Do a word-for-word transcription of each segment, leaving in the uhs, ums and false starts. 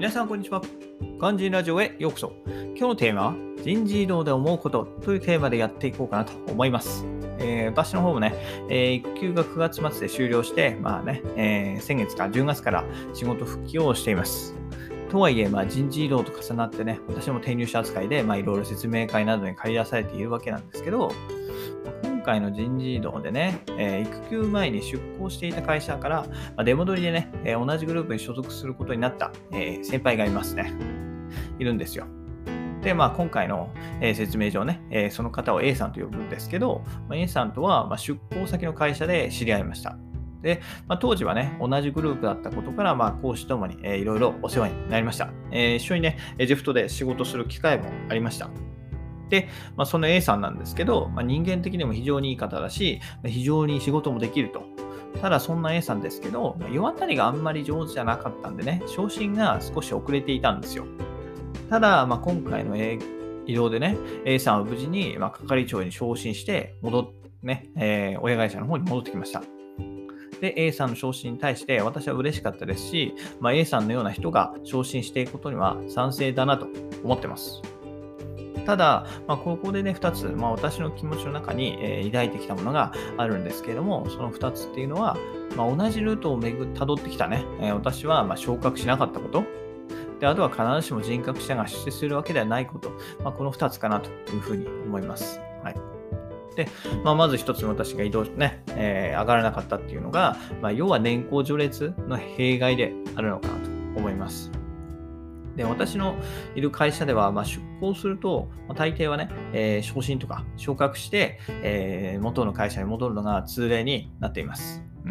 皆さんこんにちは。肝心ラジオへようこそ。今日のテーマは人事異動で思うことというテーマでやっていこうかなと思います。えー、私の方もね、えー、育休がくがつ末で終了して、まあね、えー、先月かじゅうがつから仕事復帰をしています。とはいえ、まあ、人事異動と重なってね、私も転入者扱いで、まあ、いろいろ説明会などに借り出されているわけなんですけど、今回の人事異動でね、えー、育休前に出向していた会社から、まあ、出戻りでね、えー、同じグループに所属することになった、えー、先輩がいますね。いるんですよ。で、まあ、今回の、えー、説明上ね、えー、その方を A さんと呼ぶんですけど、まあ、A さんとは、まあ、出向先の会社で知り合いました。で、まあ、当時はね、同じグループだったことから、まあ、講師ともに、えー、いろいろお世話になりました。えー、一緒にね、エジプトで仕事する機会もありました。で、まあ、その A さんなんですけど、まあ、人間的にも非常にいい方だし、非常に仕事もできると。ただそんな A さんですけど、世渡りがあんまり上手じゃなかったんでね、昇進が少し遅れていたんですよ。ただ、まあ、今回の移動でね、A さんは無事に、まあ、係長に昇進して、戻っね、えー、親会社の方に戻ってきました。で、A さんの昇進に対して私は嬉しかったですし、まあ、A さんのような人が昇進していくことには賛成だなと思ってます。ただ、まあ、ここでね、ふたつ、まあ、私の気持ちの中に、えー、抱いてきたものがあるんですけれども、そのふたつっていうのは、まあ、同じルートを巡って辿ってきたね、えー、私はまあ昇格しなかったこと、で、あとは必ずしも人格者が出世するわけではないこと、まあ、このふたつかなというふうに思います。はい。で、まあ、まず一つ私が移動ね、えー、上がらなかったっていうのが、まあ、要は年功序列の弊害であるのかなと思います。で、私のいる会社では、まあ、出向すると、まあ、大抵はね、えー、昇進とか昇格して、えー、元の会社に戻るのが通例になっています。うん。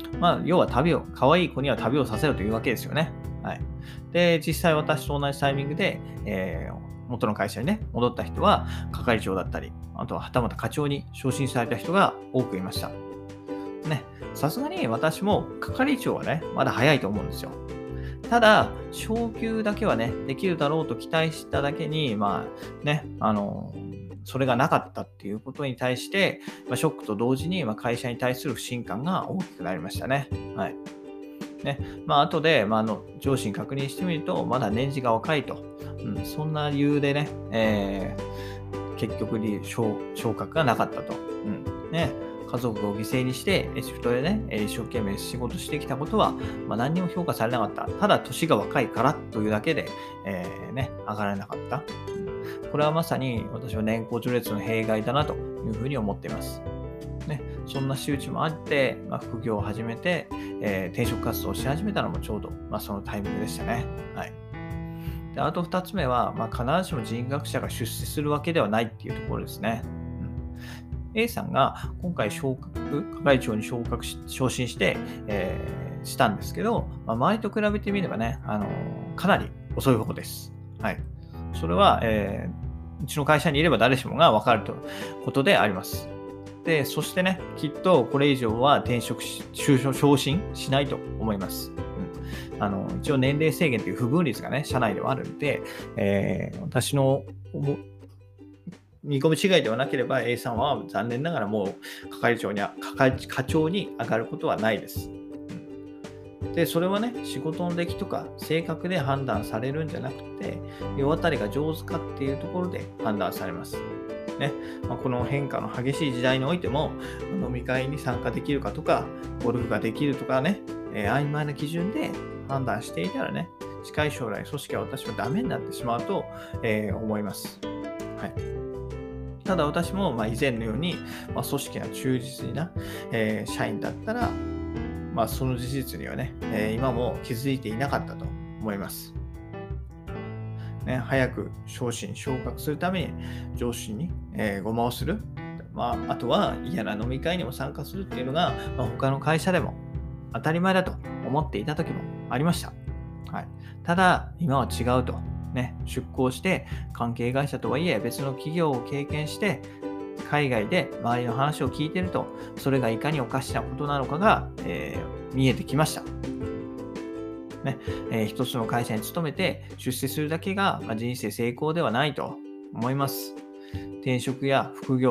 まあ、要は旅を、可愛い子には旅をさせるというわけですよね。はい。で、実際私と同じタイミングで、えー、元の会社にね、戻った人は、係長だったり、あとははたまた課長に昇進された人が多くいました。ね、さすがに私も係長はね、まだ早いと思うんですよ。ただ、昇給だけはね、できるだろうと期待しただけに、まあね、あの、それがなかったっていうことに対して、まあ、ショックと同時に、まあ、会社に対する不信感が大きくなりましたね。はい。ね、まあ、後で、まあ、あの、上司に確認してみると、まだ年次が若いと。うん、そんな理由でね、えー、結局に昇、昇格がなかったと。うん。ね。家族を犠牲にして、エジプトでね、一生懸命仕事してきたことは、まあ、何にも評価されなかった。ただ、年が若いからというだけで、えー、ね、上がらなかった。うん、これはまさに私は年功序列の弊害だなというふうに思っています。ね、そんな仕打ちもあって、まあ、副業を始めて、えー、転職活動をし始めたのもちょうど、まあ、そのタイミングでしたね。はい。で、あとふたつめは、まあ、必ずしも人格者が出世するわけではないっていうところですね。A さんが今回昇格、係長に昇格し、昇進して、えー、したんですけど、まあ、周りと比べてみればね、あのー、かなり遅い方です。はい。それは、えー、うちの会社にいれば誰しもが分かるということであります。で、そしてね、きっとこれ以上は転職し、就職、昇進しないと思います。うん、あの、一応年齢制限という不分率がね、社内ではあるんで、えー、私の見込み違いではなければ A さんは残念ながらもう係長に課長に上がることはないです。で、それはね、仕事の出来とか性格で判断されるんじゃなくて、世渡りが上手かっていうところで判断されます。ね、まあ、この変化の激しい時代においても、飲み会に参加できるかとか、ゴルフができるとかね、えー、曖昧な基準で判断していたらね、近い将来組織は私はダメになってしまうと、えー、思います。はい。ただ私もまあ以前のように、まあ、組織が忠実な、えー、社員だったら、まあ、その事実にはね、えー、今も気づいていなかったと思います。ね、早く昇進、昇格するために上司に、えー、ごまをする。まあ、あとは嫌な飲み会にも参加するっていうのが、まあ、他の会社でも当たり前だと思っていた時もありました。はい、ただ、今は違うと。ね、出向して関係会社とはいえ別の企業を経験して海外で周りの話を聞いているとそれがいかにおかしなことなのかが、えー、見えてきました。ねえー、一つの会社に勤めて出世するだけが、まあ、人生成功ではないと思います。転職や副業、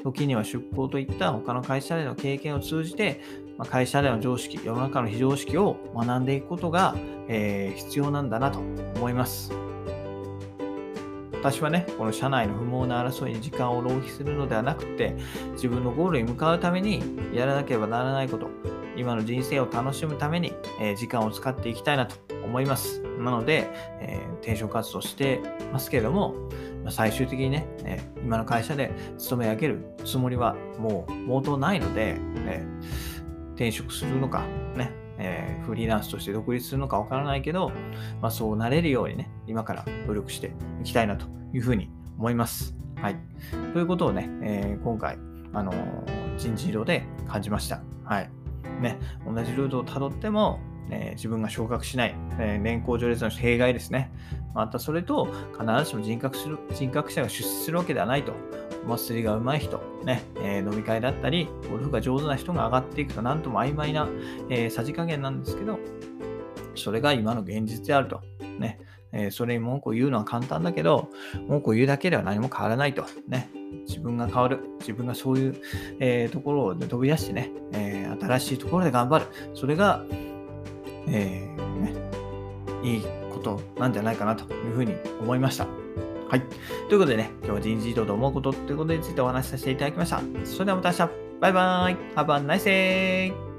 時には出向といった他の会社での経験を通じて、まあ、会社での常識、世の中の非常識を学んでいくことが、えー必要なんだなと思います。私はね、この社内の不毛な争いに時間を浪費するのではなくて、自分のゴールに向かうためにやらなければならないこと、今の人生を楽しむために、えー時間を使っていきたいなと思います。なので、えー転職活動してますけれども、まあ最終的にね、えー今の会社で勤め上げるつもりはもう毛頭ないので、えー転職するのか、ね、えーフリーランスとして独立するのかわからないけど、まあ、そうなれるようにね、今から努力していきたいなというふうに思います。はい。ということをね、えー今回、あのー人事異動で感じました。はい。ね、同じルートをたどっても、えー自分が昇格しない、えー年功序列の弊害ですね。またそれと、必ずしも人格する人格者が出世するわけではないと。お祭りが上手い人、ね、えー飲み会だったり、ゴルフが上手な人が上がっていくと、なんとも曖昧な、えーさじ加減なんですけど、それが今の現実であると。ね。えーそれに文句を言うのは簡単だけど、文句を言うだけでは何も変わらないと。ね。自分が変わる。自分がそういう、えーところを飛び出してね、えー新しいところで頑張る。それが、えーね、いいことなんじゃないかなというふうに思いました。はい。ということでね、今日は人事異動と思うことということについてお話しさせていただきました。それではまた明日。バイバイ。Have a nice day.